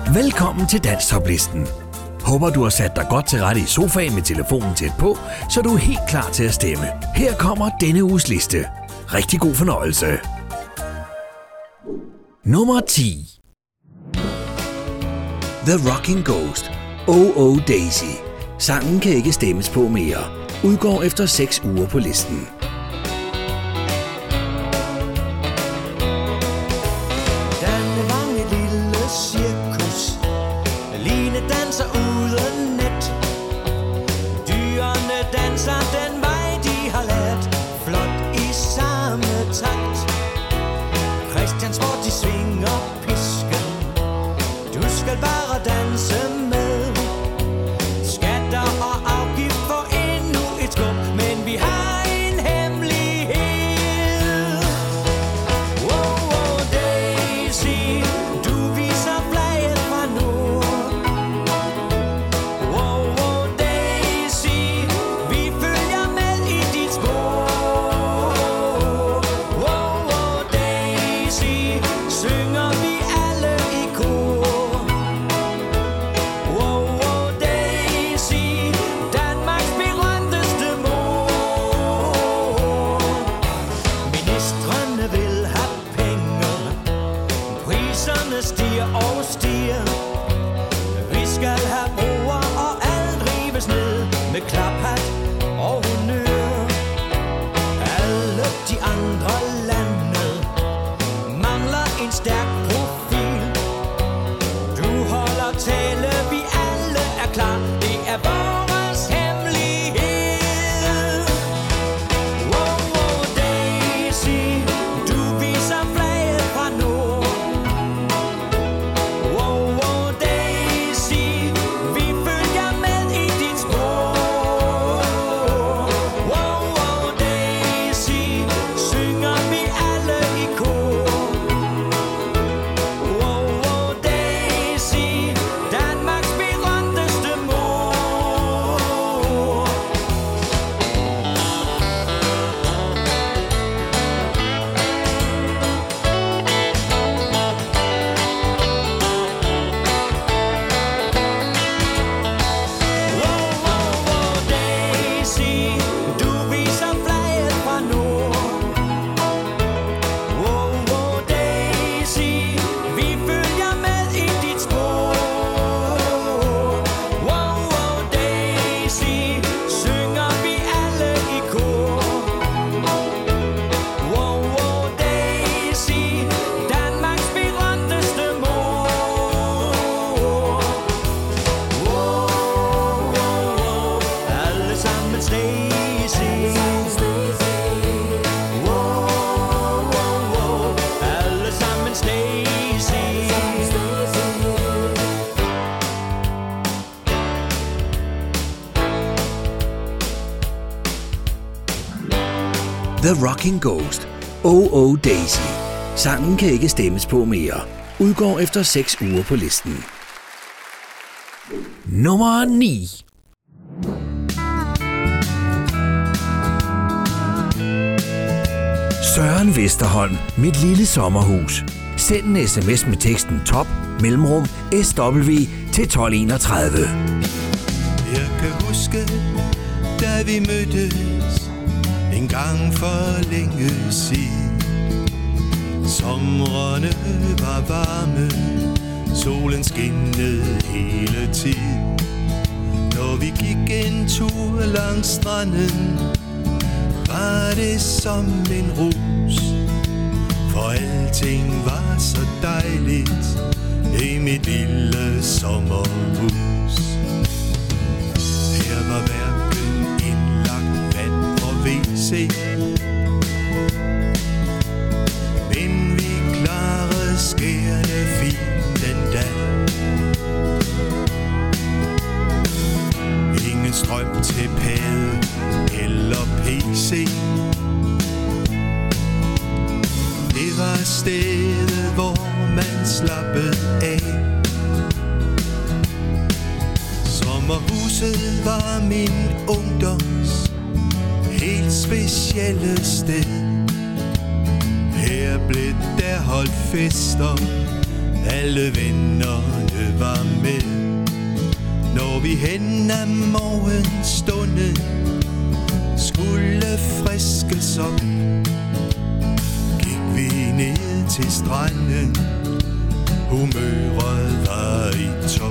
Velkommen til Danstoplisten. Håber du har sat dig godt til rette i sofaen med telefonen tæt på, så du er helt klar til at stemme. Her kommer denne uges liste. Rigtig god fornøjelse. Nummer 10. The Rocking Ghost, Oh Oh Daisy. Sangen kan ikke stemmes på mere. Udgår efter 6 uger på listen. The Rocking Ghost, Oh Oh Daisy. Sangen kan ikke stemmes på mere. Udgår efter 6 uger på listen. Nummer 9. Søren Vesterholm, Mit lille sommerhus. Send en sms med teksten top mellemrum SW til 1231. Jeg kan huske, da vi mødtes en gang for længe siden. Somrene var varme, solen skinnede hele tiden. Når vi gik en tur langs stranden, var det som en rus. For alting var så dejligt i mit lille sommerhus. Her var hverken indlagt vand og WC, men vi klarede skærende fint den dag. Ingen strøm til pæde eller PC. Det var stedet, hvor man slappede af. Sommerhuset var min ungdoms helt specielle sted. Her blev der holdt fester Alle vennerne var med. Når vi hen ad morgenstunden skulle friskes op, gik vi ned til stranden. Humøret var i top.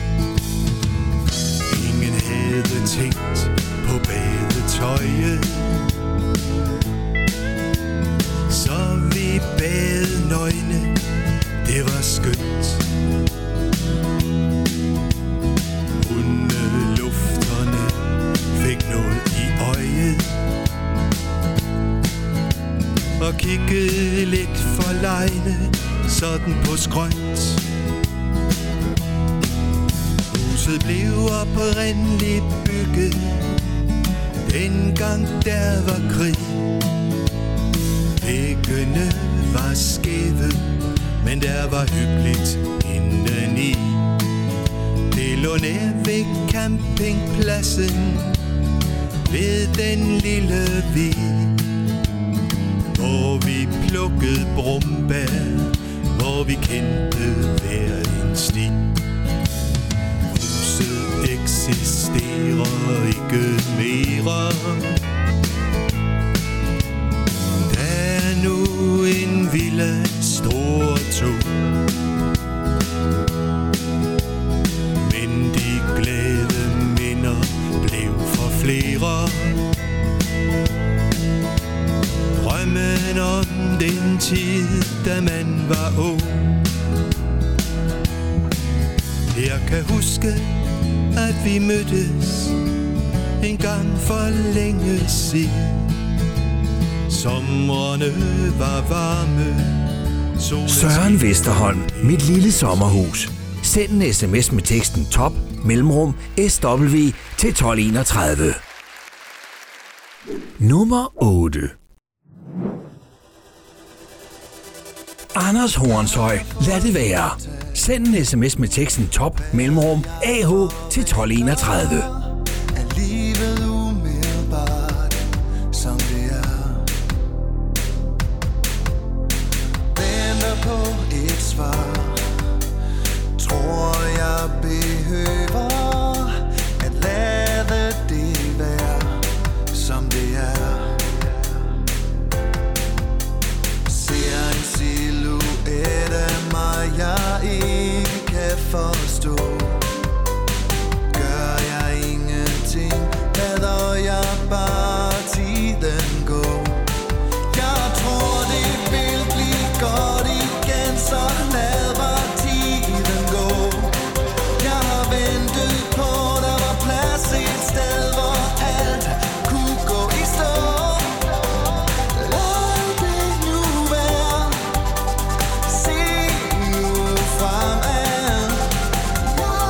Ingen havde tænkt på badetøjet, så vi bad nøgne. Det var skønt. Hundelufterne fik noget i øjet og kiggede lidt forlegne sådan på skrønt. Huset blev oprindeligt bygget dengang der var krig. Væggene var skæve, men der var hyggeligt indeni. Det lå nær ved campingpladsen ved den lille vig, hvor vi plukkede brumbær, hvor vi kendte hver en sti. Huset eksisterer ikke mere. Der er nu en villa, stor to. Men de glade minder blev for flere. Drømmen om den tid, da man var ung. Jeg kan huske, at vi mødtes en gang for længe siden. Somrene var varme. Søren Vesterholm, mit lille sommerhus. Send en sms med teksten top mellemrum SW til 1231. Nummer 8. Anders Hornshøj, lad det være. Send en sms med teksten top mellemrum AH til 1231. Er livet umiddelbart, som det er? Venter på et svar. Tror jeg behøver at lade det være, som det er. Ser en silhuet af mig, jeg ikke kan forstå. Gør jeg ingenting, lader jeg bare tiden gå. Jeg tror det vil blive godt igen, så lad bare tiden gå. Jeg har ventet på, der var plads et sted, hvor alt kunne gå i stå. Lad det nu være. Se nu fremad. Jeg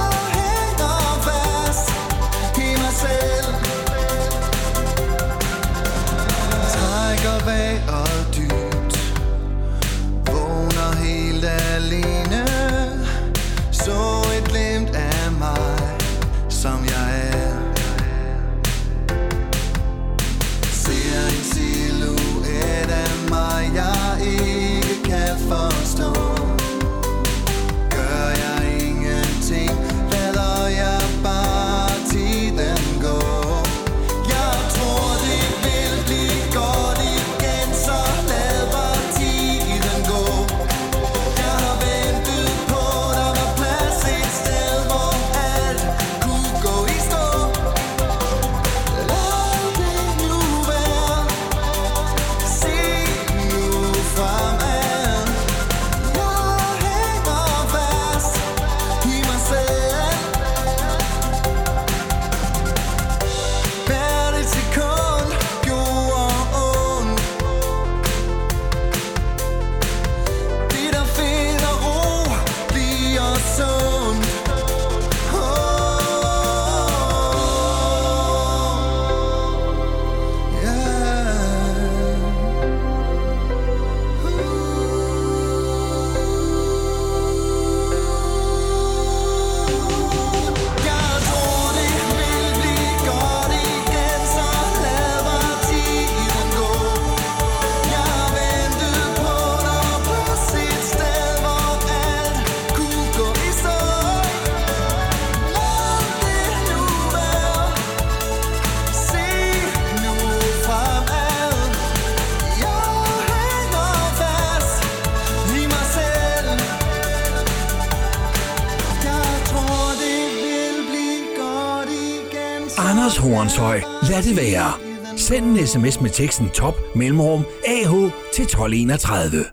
Hornshøj. Lad det være. Send en sms med teksten top mellemrum AH til 1231.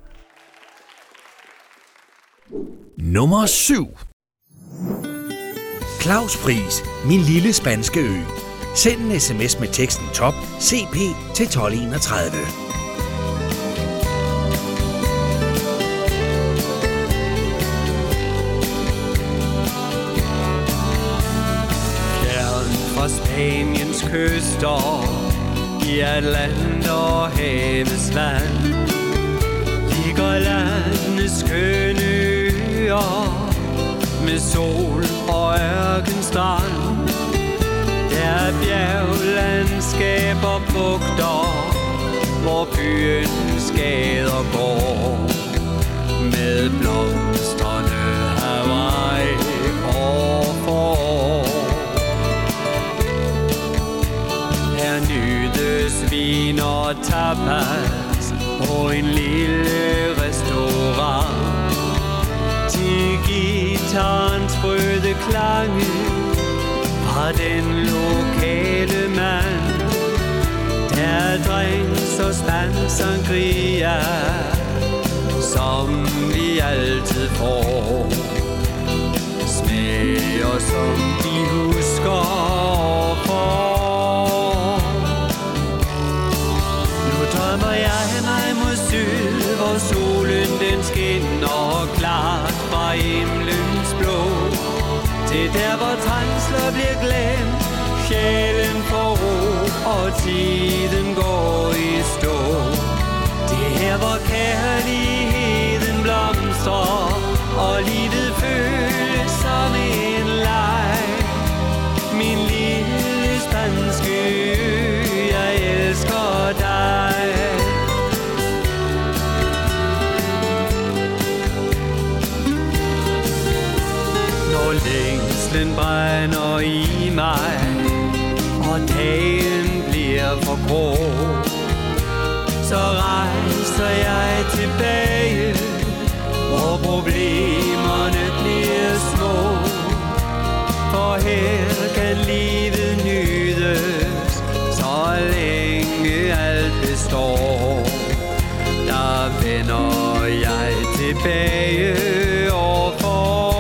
Nummer 7. Claus Friis, Min lille spanske ø. Send en sms med teksten top CP til 1231. Fra Spaniens kyster, i Atlant og havets vand, ligger landets skønne øer, med sol og ørkenstrand. Der er bjerglandskaber, bugter, hvor byens gader går, med blomstrende Hawaii år for år. Nydes vin og tapas på en lille restaurant, til guitarens sprøde klange fra den lokale mand. Der drinks og sangria, som vi altid får, smager som de husker for. Drømmer jeg mig mod syd, hvor solen den skinner klart fra himlens blå, til der hvor trængsler bliver glemt, sjælen får ro og tiden går i stå. Det er her hvor kærligheden blomstrer og livet føles som en leg. Min lille spanske ø, jeg elsker dig. Længslen brænder i mig, og dagen bliver for grå, så rejser jeg tilbage, hvor problemerne bliver små. For her kan livet nydes, så længe alt består. Der vender jeg tilbage år for år.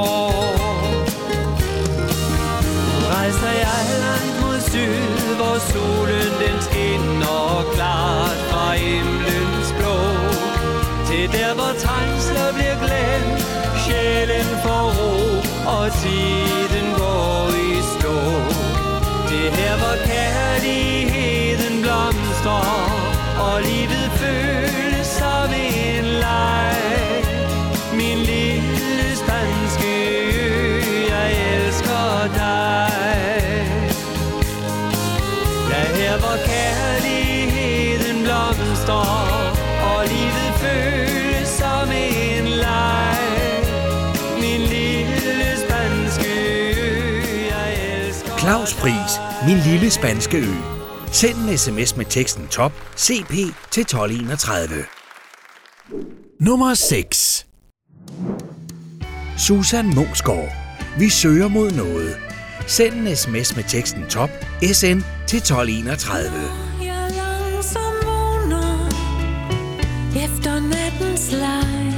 Hvor solen den skinner klart fra himlens blå, til der hvor trængsler bliver glemt, sjælen får ro og tiden går i stå. Det her hvor kærligheden blomstrer og livet føles som en leg. Min lille spanske ø, jeg elsker dig. Her hvor kærligheden blomstrer og livet føles som en leg. Min lille spanske ø, jeg elsker. Claus Friis, Min lille spanske ø. Send en sms med teksten top CP til 1231. Nummer 6. Susan Munksgaard, Vi søger mod noget. Send en sms med teksten top SN til 1231. Jeg langsomt vågner efter nattens leg.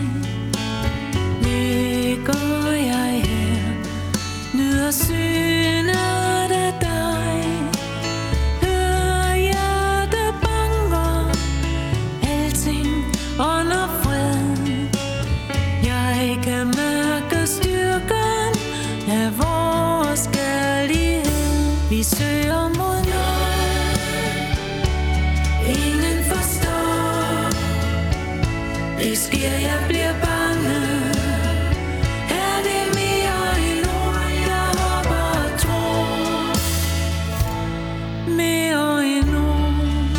Ligger jeg her, nyder synet af dig. Hører hjertet banker, alting under fred. Jeg kan mærke styrken af vores kærlighed. Vi søger mod noget, ingen forstår. Det sker, jeg bliver bange. Er det mere end ord, jeg håber og tror? Mere end ord.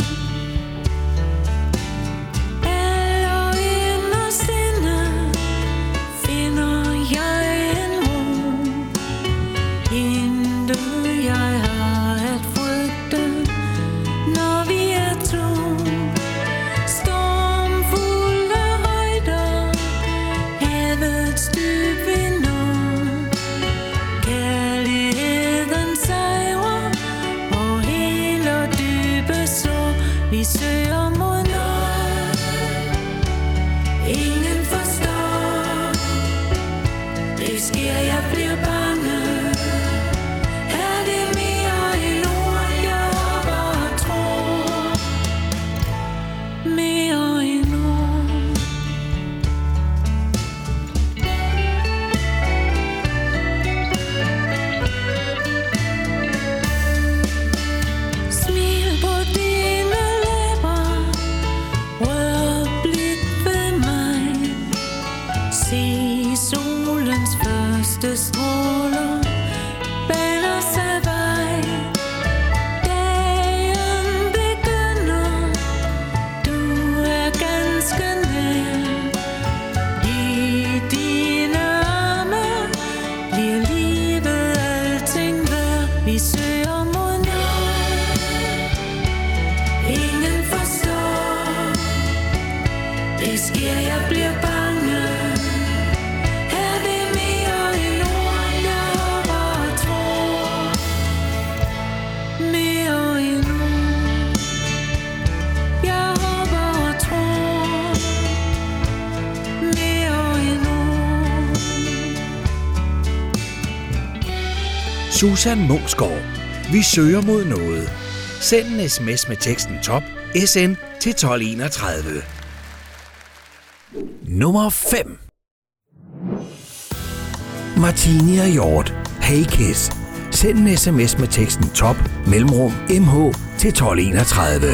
Allerinderst inde finder jeg en ro. Intet jeg har at frygte, når vi er to. Stormfulde højder, lyste stråler baner sig vej. Dagen begynder, du er ganske nær. I dine arme bliver livet alting værd. Vi søger mod nord, ingen forstår. Det sker, jeg bliver bange. Er det mere i nord, jeg håber og tror? Mere i nord, jeg håber og tror. Mere i nord. Susan Munksgaard. Vi søger mod noget. Send en sms med teksten top SN til 1231. Nummer 5. Martini og Hjort. Hey Kiss. Send en sms med teksten top mellemrum MH til 1231.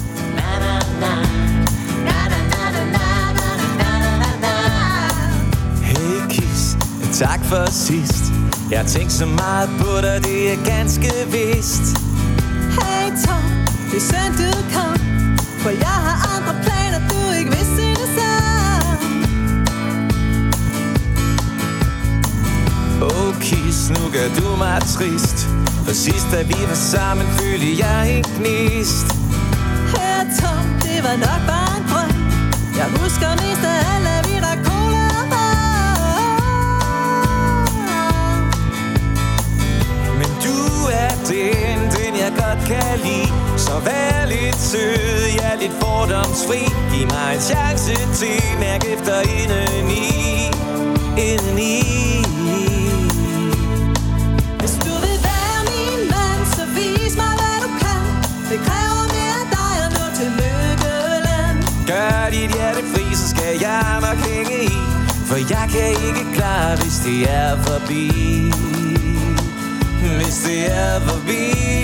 Hey Kiss, tak for sidst. Jeg har tænkt så meget på dig, det er ganske vist. Hey Tom, det er synd du kom, for jeg har andre planer, du ikke vil se det samme. Oh Kiss, nu gør du mig trist. For sidst da vi var sammen, følte jeg en gnist. Hey Tom, det var nok bare en drøm. Jeg husker mest af alle, vi der cola og varm. Men du er den jeg godt kan lide. Så vær lidt sød, jeg er lidt fordomsfri. Giv mig en chance til, mærk efter indeni. Hvis du vil være min mand, så vis mig hvad du kan. Det kræver mere af dig at nå til lykkeland. Gør dit hjerte fri, så skal jeg nok hænge i. For jeg kan ikke klare, hvis det er forbi. Hvis det er forbi.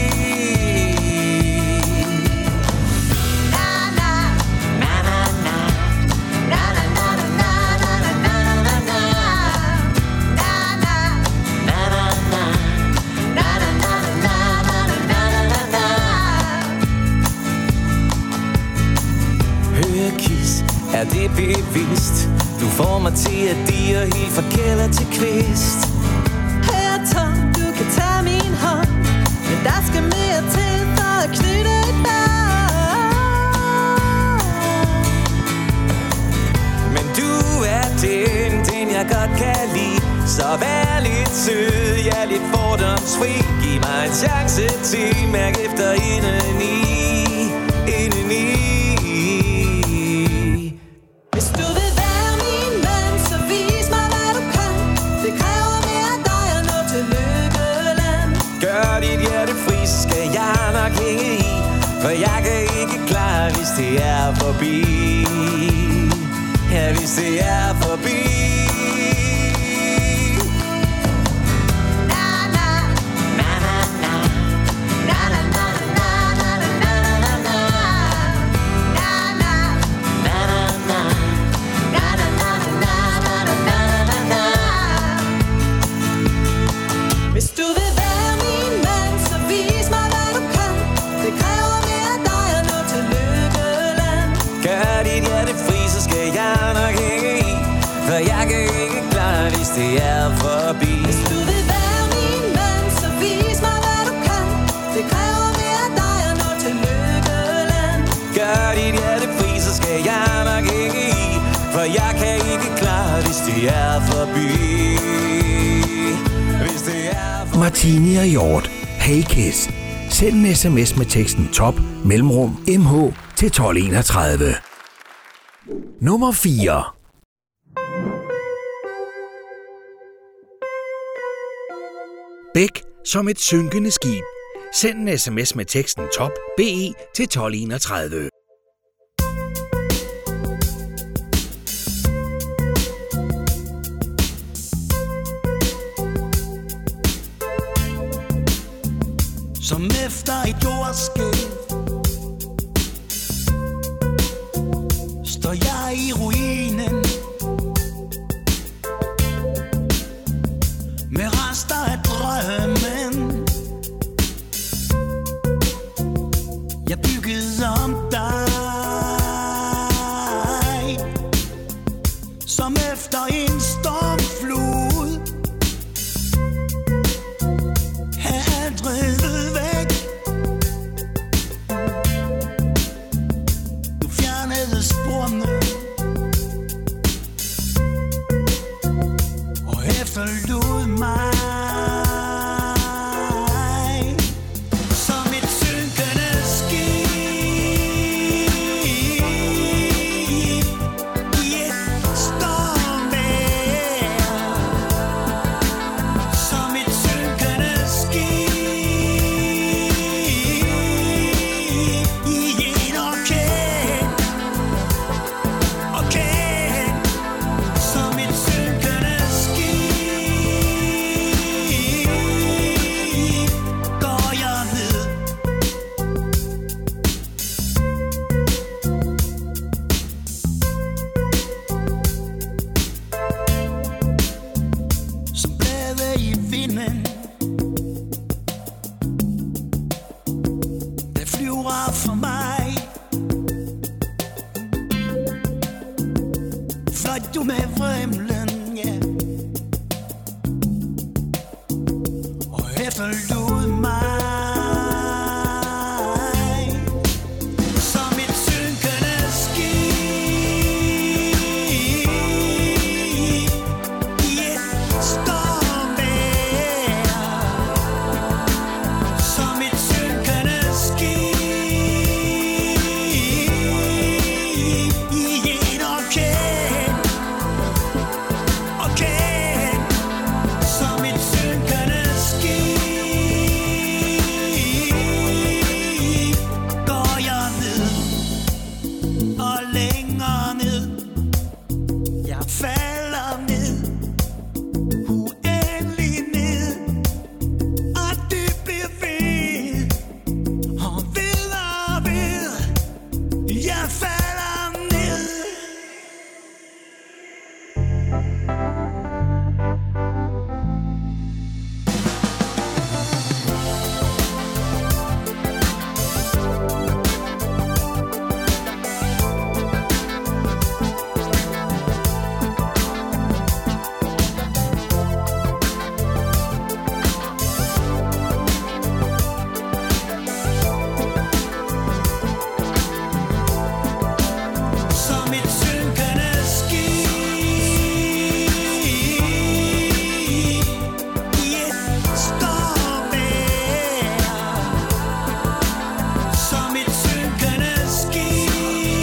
Er det bevidst? Du får mig til at dige helt fra kælder til kvist. Her Tom, du kan tage min hånd, men der skal mere til for at knytte et bånd. Men du er den jeg godt kan lide. Så vær lidt sød, jeg er lidt fordomsfri. Giv mig en chance til, mærk efter indeni. Hvis du vil være min mand, så vis mig hvad du kan. Det kræver mere af dig at nå til lykkeland. Gør dit hjerte fri, så skal jeg nok hænge i. For jeg kan ikke klare, hvis det er forbi. Ja, hvis det er forbi. Det er forbi. Hvis du vil være min mand, så vis mig hvad du kan. Det kræver mere af dig at nå til lykkeland. Gør dit hjerte fri, så skal jeg nok hænge i. For jeg kan ikke klare, hvis det er forbi. Hvis det er forbi. Martini og Hjort. Hey Kiss. Send en sms med teksten top mellemrum MH til 1231. Nummer 4. Bæk som et synkende skib. Send en sms med teksten top BE til 1231. Som efter et jordskælv står jeg i ruinen. efter en stormflod er drevet væk. Du fjernede sporene og efterlod mig som et synkende skib i et stormvejr. Som et synkende skib i en orkan. Som et synkende skib går jeg ned. Som blade i vinden, der flyver for mig. Fløj du med vrimlen, ja, og efterlod mig som et synkende skib i et stormvejr. Som et synkende skib i en orkan. Som et synkende skib går jeg ned og længere ned. Jeg falder ned, uendelig ned, og det bliver ved og ved og ved. Jeg falder ned. Som et synkende skib i et stormvejr. Som et synkende skib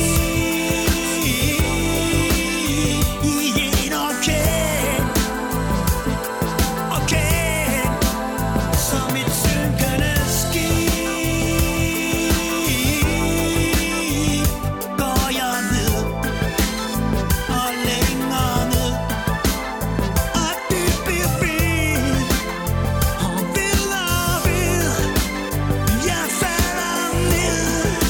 i en orkan. Som et synkende skib går jeg ned og længere ned, og det bliver ved og ved og ved. Jeg falder ned.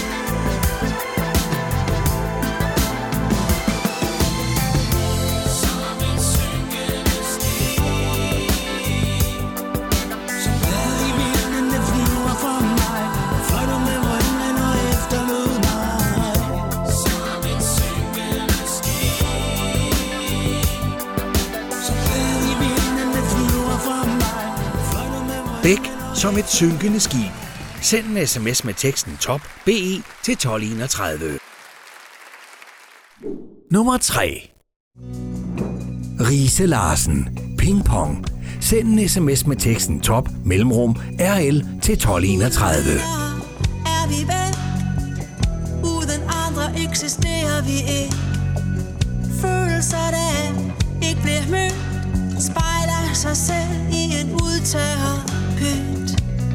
Som et synkende skib, som blad i vinden, der flyver for mig. Fløj du med vrimlen og efterlod mig. Som et synkende skib, som blad i vinden, der flyver for mig. Fløj du med vrimlen. Bæk som et synkende skib. Send en sms med teksten TOP BE til 1231. Nummer 3. Riise Larsen. Ping Pong. Send en sms med teksten TOP mellemrum RL til 1231. Er vi vel? Uden andre eksisterer vi ikke. Følelser der ikke bliver mødt, spejler sig selv i en udtørret pynt.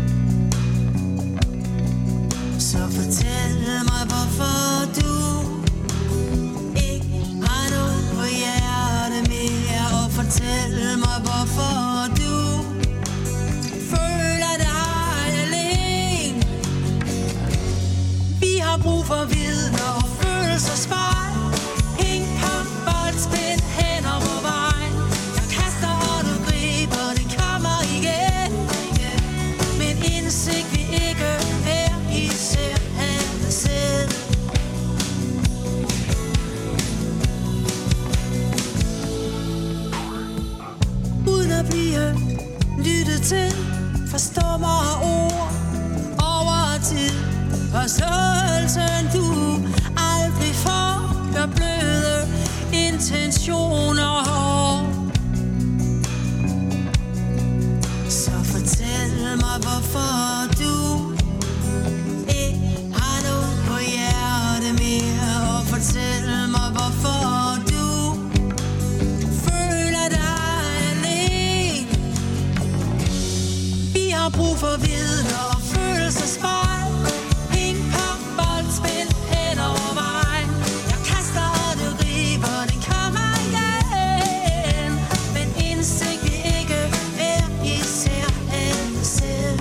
Så fortæl mig, hvorfor du ikke har noget på hjertet mere. Og fortæl mig, hvorfor du føler dig alene. Vi har brug for viden og følelsesspejl. Ping-pong, boldspil, hænder på vejen. Jeg kaster og du griber, det kommer igen. Men indsigt vi ikke hver især havde selv. til forstummer ord over tid. Forståelsen du aldrig får, gør bløde intentioner. Så fortæl mig, hvorfor du ikke har noget på hjertet mere. Og fortæl mig, hvorfor du føler dig alene. Vi har brug for viden og følelsesspejl. Ping-pong, boldspil hen over vejen. Jeg kaster, og du griber, den kommer igen. Men indsigt vi ikke hver især af selv.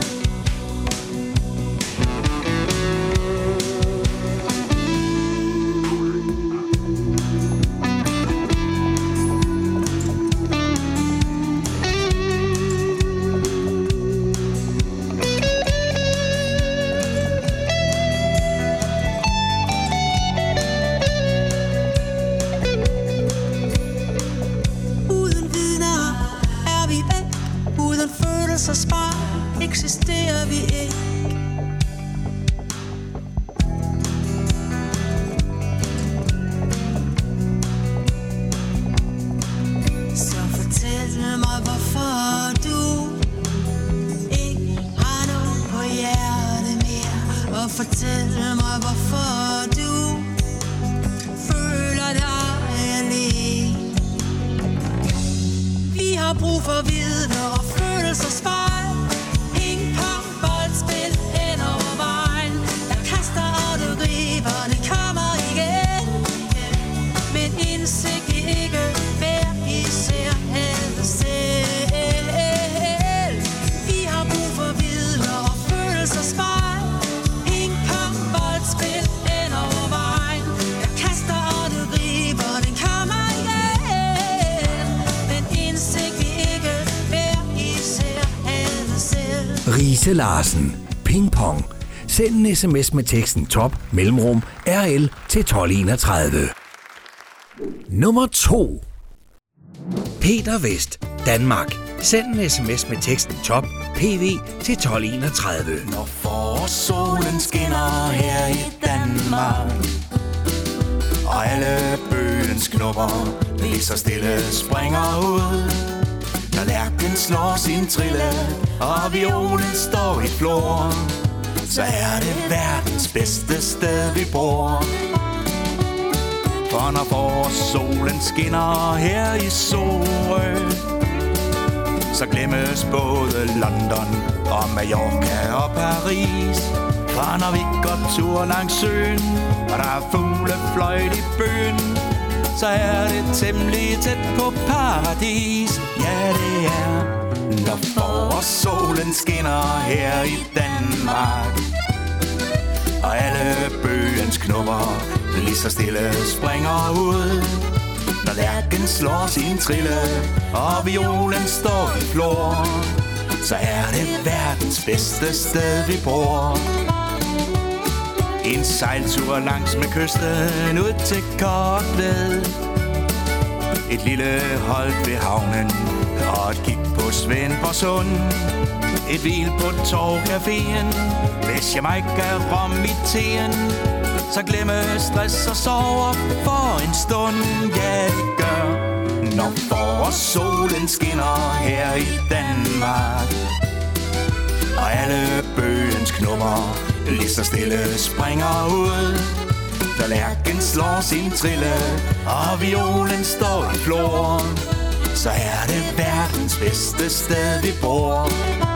Så spar eksisterer vi ikke. Så fortæl mig, hvorfor du ikke har noget på hjertet mere. Og fortæl mig, hvorfor du føler dig alene. Vi har brug for viden og følelsesspejl. Ping-pong, boldspil hen over vejen. Jeg kaster, og du griber, det kommer igen. Men indsigt vi ikke hver især af selv. Vi har brug for viden og følelsesspejl. Ping-pong, boldspil hen over vejen. Jeg kaster, og du griber, det kommer igen. Men indsigt vi ikke hver især af selv. Riise Larsen. Ping Pong. Send en sms med teksten top mellemrum RL til 1231. Nummer 2. Peter Vest, Danmark. Send en sms med teksten top PV til 1231. Når forårssolen skinner her i Danmark, og alle bøgens knopper lige så stille springer ud, når lærken slår sin trille, og violen står i flor, så er det verdens bedste sted, vi bor. For når forårssolen skinner her i Sorø, så glemmes både London og Mallorca og Paris. For når vi går tur langs søen, og der er fuglefløjt i bøen, så er det temmelig tæt på paradis. Ja, det er, når forårssolen skinner her i Danmark, og alle bøgens knopper lige så stille springer ud, når lærken slår sin trille, og violen står i flor, så er det verdens bedste sted, vi bor. En sejltur langs med kysten ud til Kortved, et lille hold ved havnen og et kig på Svendborgsund, et hvil på Torvcaféen, hvis Jamaica rom i teen, så glemme stress og sover for en stund. Ja, det gør, når forårssolen skinner her i Danmark, og alle bøgens knopper lige så stille springer ud, når lærken slår sin trille, og violen står i flor, så er det verdens bedste sted, vi bor.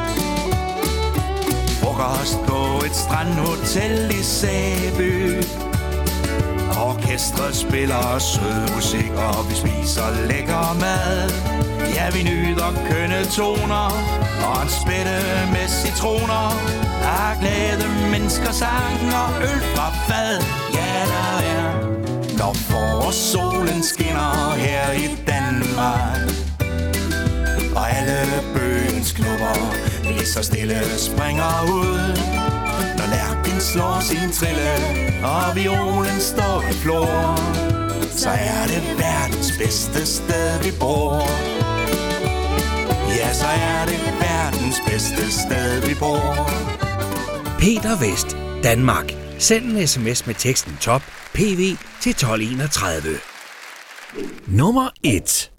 Frokost på et strandhotel i Sæby, orkestret spiller sød musik, og vi spiser lækker mad. Ja, vi nyder kønne toner og en spætte med citroner, af glade mennesker, sang og øl fra fad. Ja, der er, når forårssolen skinner her i Danmark, og alle bøgens knopper lige så stille springer ud, når lærken slår sin trille, og violen står i flor, så er det verdens bedste sted, vi bor. ja, så er det verdens bedste sted, vi bor. Peter Vest, Danmark. Send en sms med teksten top PV til 1231. Nummer 1.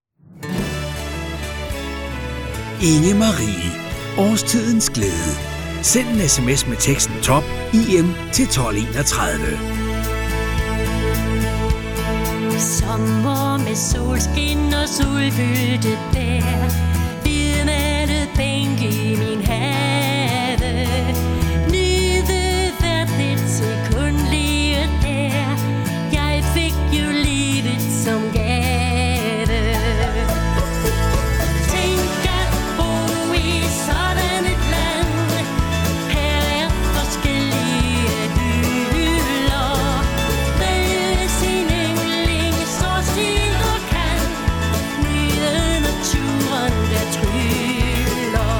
Inge Marie. Årstidens glæde. Send en sms med teksten top IM til 1231. Sommer med solskin og solfyldte bær, hvidmalet bænk i min have. Nyde hvert et sekund lige der, jeg fik jo livet som gave. Tænk at bo i sådan et land, her er forskellige hylder. Vælge sin yndling, så stil og kan, nyde naturen der tryller.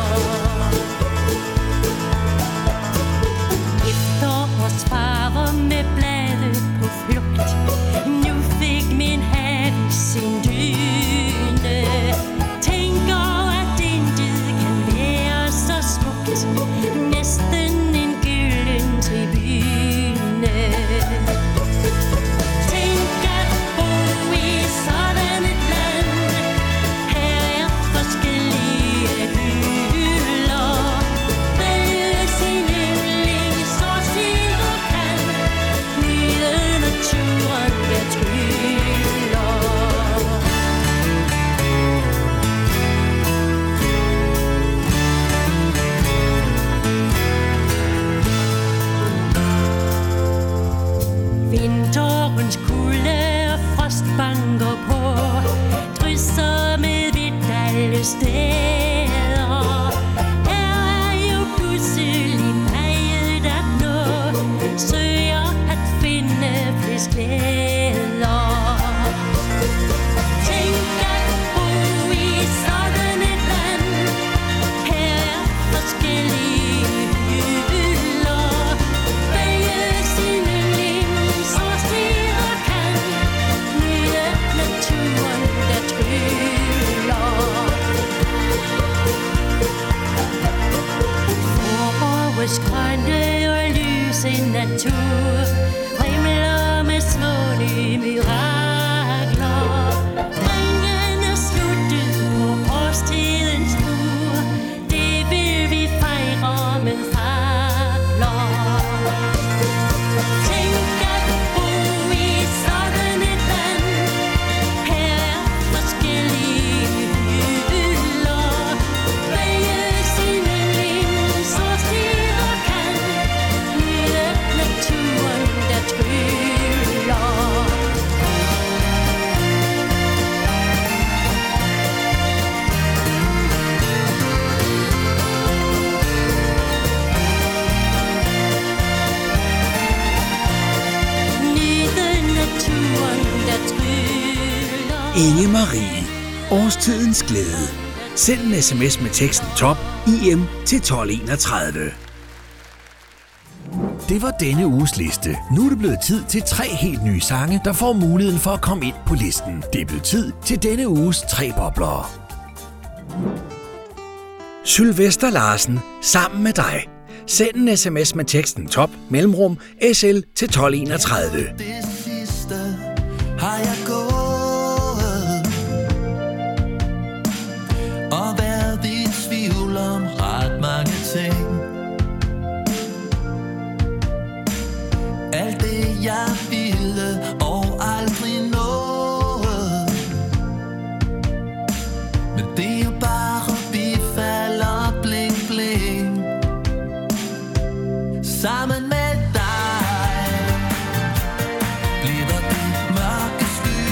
Efterårsfarver med blade på flugt, nu fik min have sin dyne. Tænker at intet kan være så smukt, næsten en gylden tribune. Tænk at bo i sådan et land, her er forskellige hylder. Vælge sin yndling, så stil og kan, nyde naturen der tryller. Vinterens kulde og frost banker på, drysser med hvidt alle steder. Her er jo pludselig vejet at nå, søger at finde flest glæder. Tænk at bo i sådan et land, her er forskellige hylder. Vælge sin yndling, så stil og kan, nyde naturen der tryller. Forårets grønne og lyse natur rimler med små nye mirakler. Ringen er sluttet på årstidens mur, det vil vi fejre med fakler. Tænk at bo i sådan et land, her er forskellige hylder. Vælge sin yndling, så stil og kan, nyde naturen der tryller. Nyde naturen der tryller. Inge Marie. Årstidens glæde. Send en sms med teksten top IM til 1231. Det var denne uges liste. Nu er det blevet tid til 3 helt nye sange, der får muligheden for at komme ind på listen. Det er blevet tid til denne uges 3 boblere. Sylvester Larsen, Sammen med dig. Send en sms med teksten top mellemrum SL til 1231. Det sidste har jeg gået og været i tvivl om ret mange ting. Alt det jeg ville og aldrig nåede, men det er jo bare bifald og bling bling. Sammen med dig bliver det mørke sky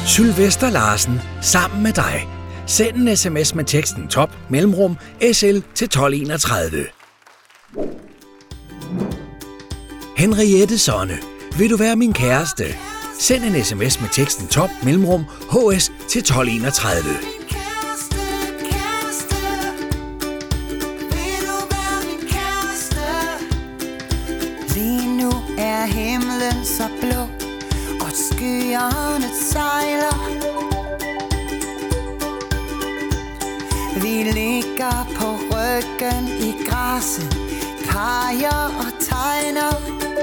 Sylvester Larsen, sammen med dig. Send en sms med teksten top mellemrum SL til 1231. Henriette Sonne, vil du være min kæreste? Send en sms med teksten top mellemrum HS til 1231. Lige nu er himlen så blå, og skyerne sejler. Vi ligger på ryggen i græsset, peger og tegner.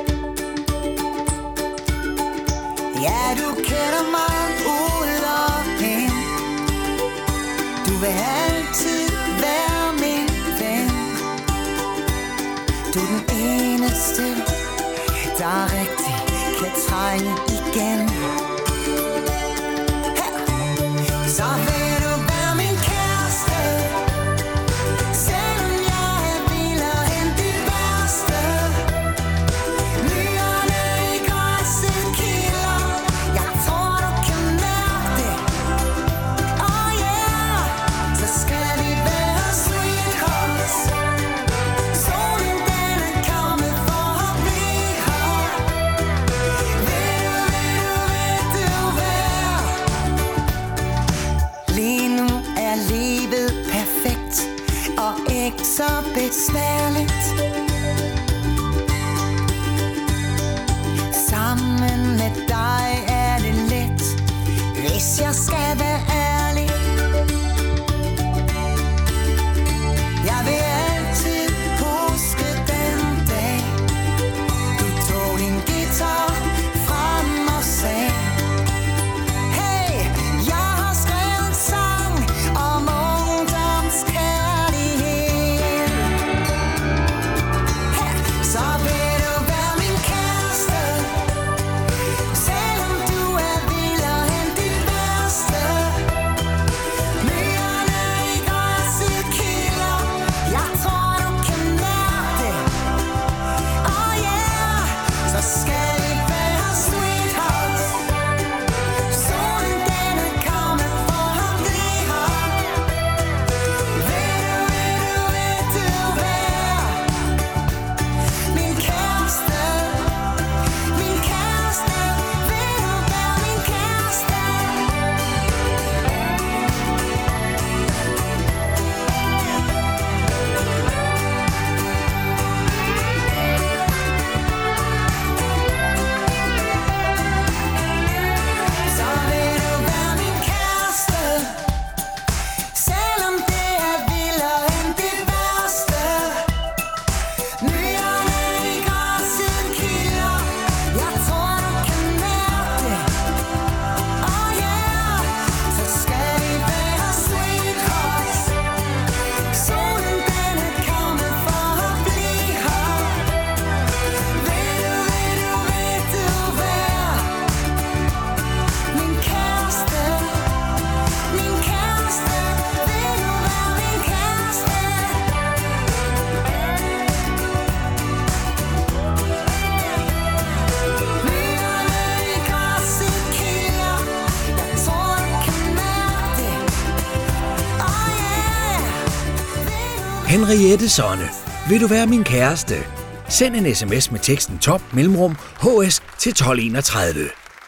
Ja, du kender mig ud og ind. Du vil altid være min ven. Du er den eneste, der rigtig kan trænge igen. Så vil du være min kæreste, selvom jeg er vildere end de værste. Myrerne i græsset kilder, jeg tror du kan mærke det. Oh yeah, så skal vi være sweethearts. Solen den er kommet for at blive her. Vil du være? Lige nu er livet perfekt og ikke så besværligt. Sammen med dig er det let, hvis jeg skal være ærlig. Jeg vil altid huske den dag, du tog din guitar frem og sagde: hey, jeg har skrevet en sang om ungdomskærlighed. Så vil du være min kæreste, selvom du er vildere end de værste. Myrerne i græsset kilder, jeg tror du kan mærke det. Oh yeah, så skal vi være sweethearts. Solen den er kommet for at blive her. Vil du være min kæreste? Min kæreste, vil du være min kæreste? Så vil du være min kæreste, selvom det er vildere end det værste. Myrerne i græsset kilder, jeg tror du kan mærke det. Oh yeah, så skal vi være sweethearts. Solen den er kommet for at blive her. Vil du være min kæreste? Min kæreste, vil du være min kæreste? Myrerne i græsset kilder, jeg tror du kan mærke det. Oh yeah, Henriette Sonne, vil du være min kæreste? Send en sms med teksten top mellemrum HS til 1231.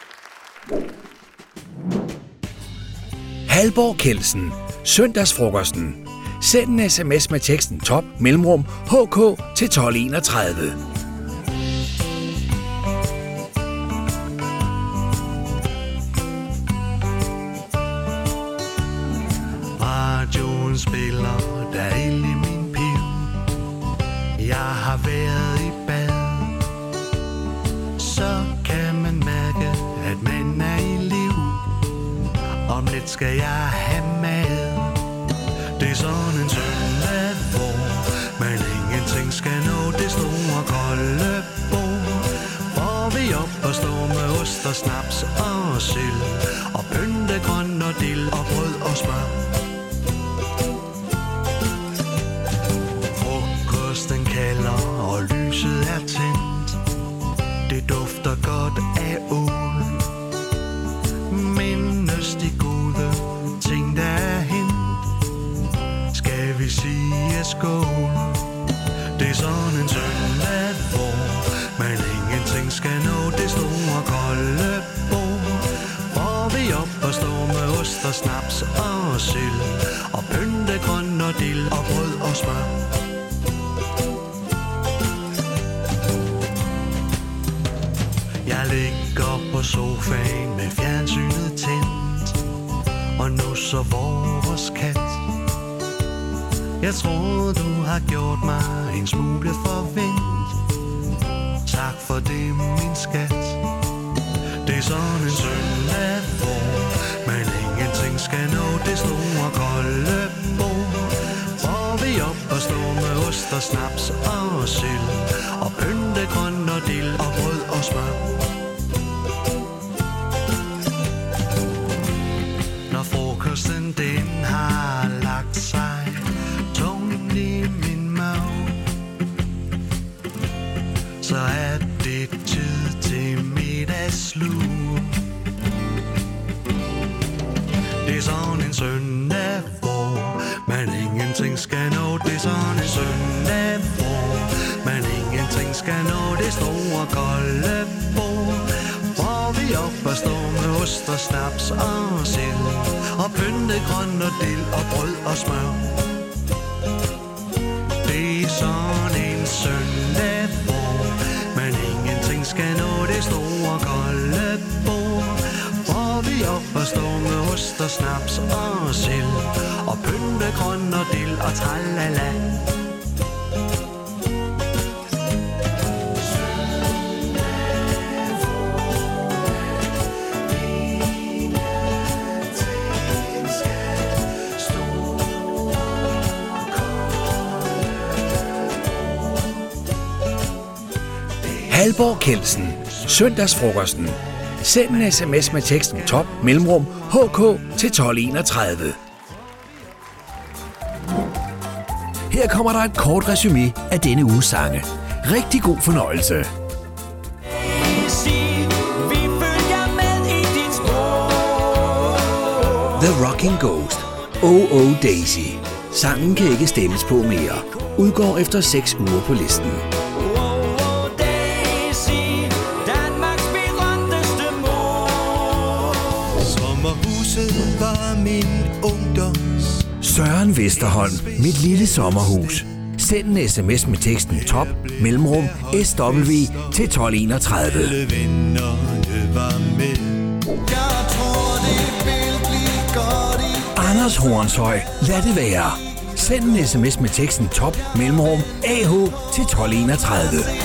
Halborg Kelsen, søndagsfrokosten. Send en sms med teksten top mellemrum HK til 1231. Radioen spiller dejlig min piv. Jeg har været i bad. Så kan man mærke, at man er i liv. Om lidt skal jeg have mad. Det er sådan en søndag, hvor man ingenting skal nå det store kolde bord. Hvor vi op og stå med ost og snaps og sild og pyntegrøn og dild og brød og smør. Frokosten kalder og lyset er tændt. Det dufter godt af ål. Minde snaps og sild, og pyntegrøn og dild og brød og smør. Jeg ligger på sofaen med fjernsynet tændt og nusser vores kat. Jeg tror du har gjort mig en smule forvent. Tak for det, min skat. Det er sådan en søndag, hvor man ingenting skal nå. Det store kolde bord, hvor vi op og stå med ost og snaps og sild, og pyntegrøn og dild og brød og smør. Når frokosten den har lagt sig tungt i min mave, så er det tid til middagslur. Det er sådan en søndag, hvor man ingenting skal nå. Det er sådan en søndag, hvor man ingenting skal nå. Det store kolde bord, hvor vi op og stå med ost og snaps og sild, og pyntegrøn og dild og brød og smør. Det er sådan en søndag, hvor man ingenting skal nå. Det store kolde bord, hvor vi op og stå med ost og snaps og sild, og pyntegrøn og dild og tralala. Halborg Kelsen. Søndagsfrokosten. Send en sms med teksten top mellemrum HK til 1231. Her kommer der et kort resumé af denne uges sange. Rigtig god fornøjelse. The Rocking Ghost. Oh Oh Daisy. Sangen kan ikke stemmes på mere. Udgår efter 6 uger på listen. Var min ungdoms. Søren Vesterholm, mit lille sommerhus. Send en sms med teksten top mellemrum SW til 1231. Alle vennerne var med. Jeg tror det vil blive godt i. Anders Hornshøj, lad det være. Send en sms med teksten top mellemrum AH til 1231. Det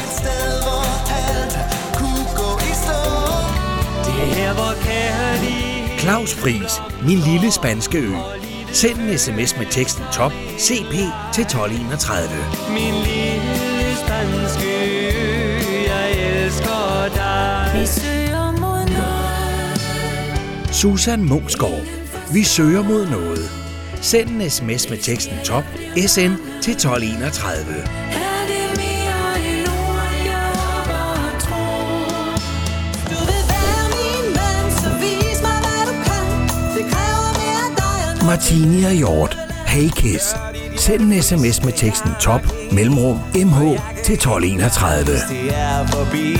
er her, hvor kærlighed. Claus Friis, min lille spanske ø. Send en sms med teksten top CP til 1231. Min lille spanske ø, jeg elsker dig. Vi søger mod noget. Susan Munksgaard, vi søger mod noget. Send en sms med teksten top SN til 1231. Er det mere endnu, jeg bare tror? Du vil være min mand, så vis mig, hvad du kan. Det kræver mere dig og Martini og Hjort, Hey Kiss. Send en sms med teksten top mellemrum MH til 1231. Det er forbi.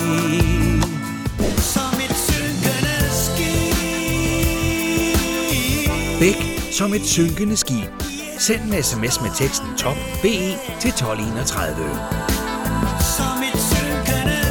Som et synkende skib. Bæk som et synkende skib. Send en sms med teksten top BE til 1231. Som et synkende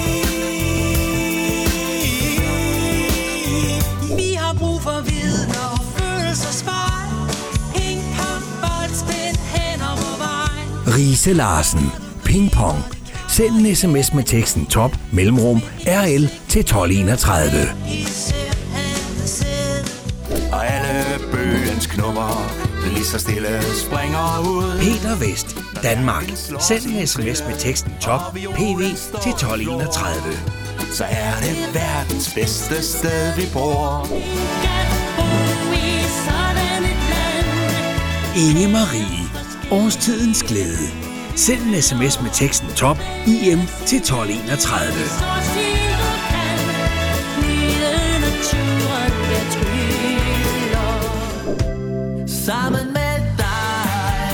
skib. Vi har brug for viden og følelsesvej. Ping pong, boldspil hen over vejen. Riese Larsen, Ping Pong. Send en sms med teksten top mellemrum RL til 1231. Og alle bøgens knupper lige så stille springer ud. Peter Vest, Danmark. Send en sms med teksten top PV til 1231. Så er det verdens bedste sted, vi bor. Inge Marie, årstidens glæde. Send en sms med teksten top IM til 1231. Sammen med dig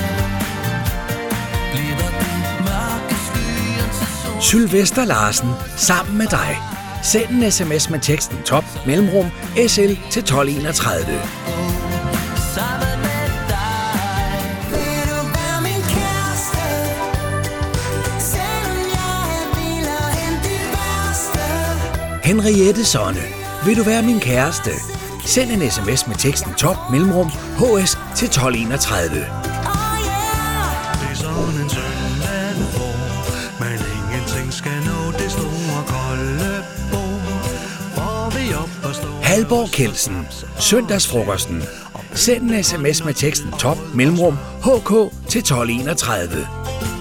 bliver det mørke skyer til sol. Sylvester Larsen, sammen med dig. Send en sms med teksten top mellemrum SL til 1231. Sammen med dig vil du være min kæreste, selvom jeg er vildere end de værste. Henriette Sonne, vil du være min kæreste? Send en sms med teksten top mellemrum HS til 1231. Det er sådan en søndag, hvor man ingenting skal nå det store kolde bord, hvor vi op og stå. Halborg Kelsen, søndagsfrokosten. Send en sms med teksten top mellemrum HK til 1231.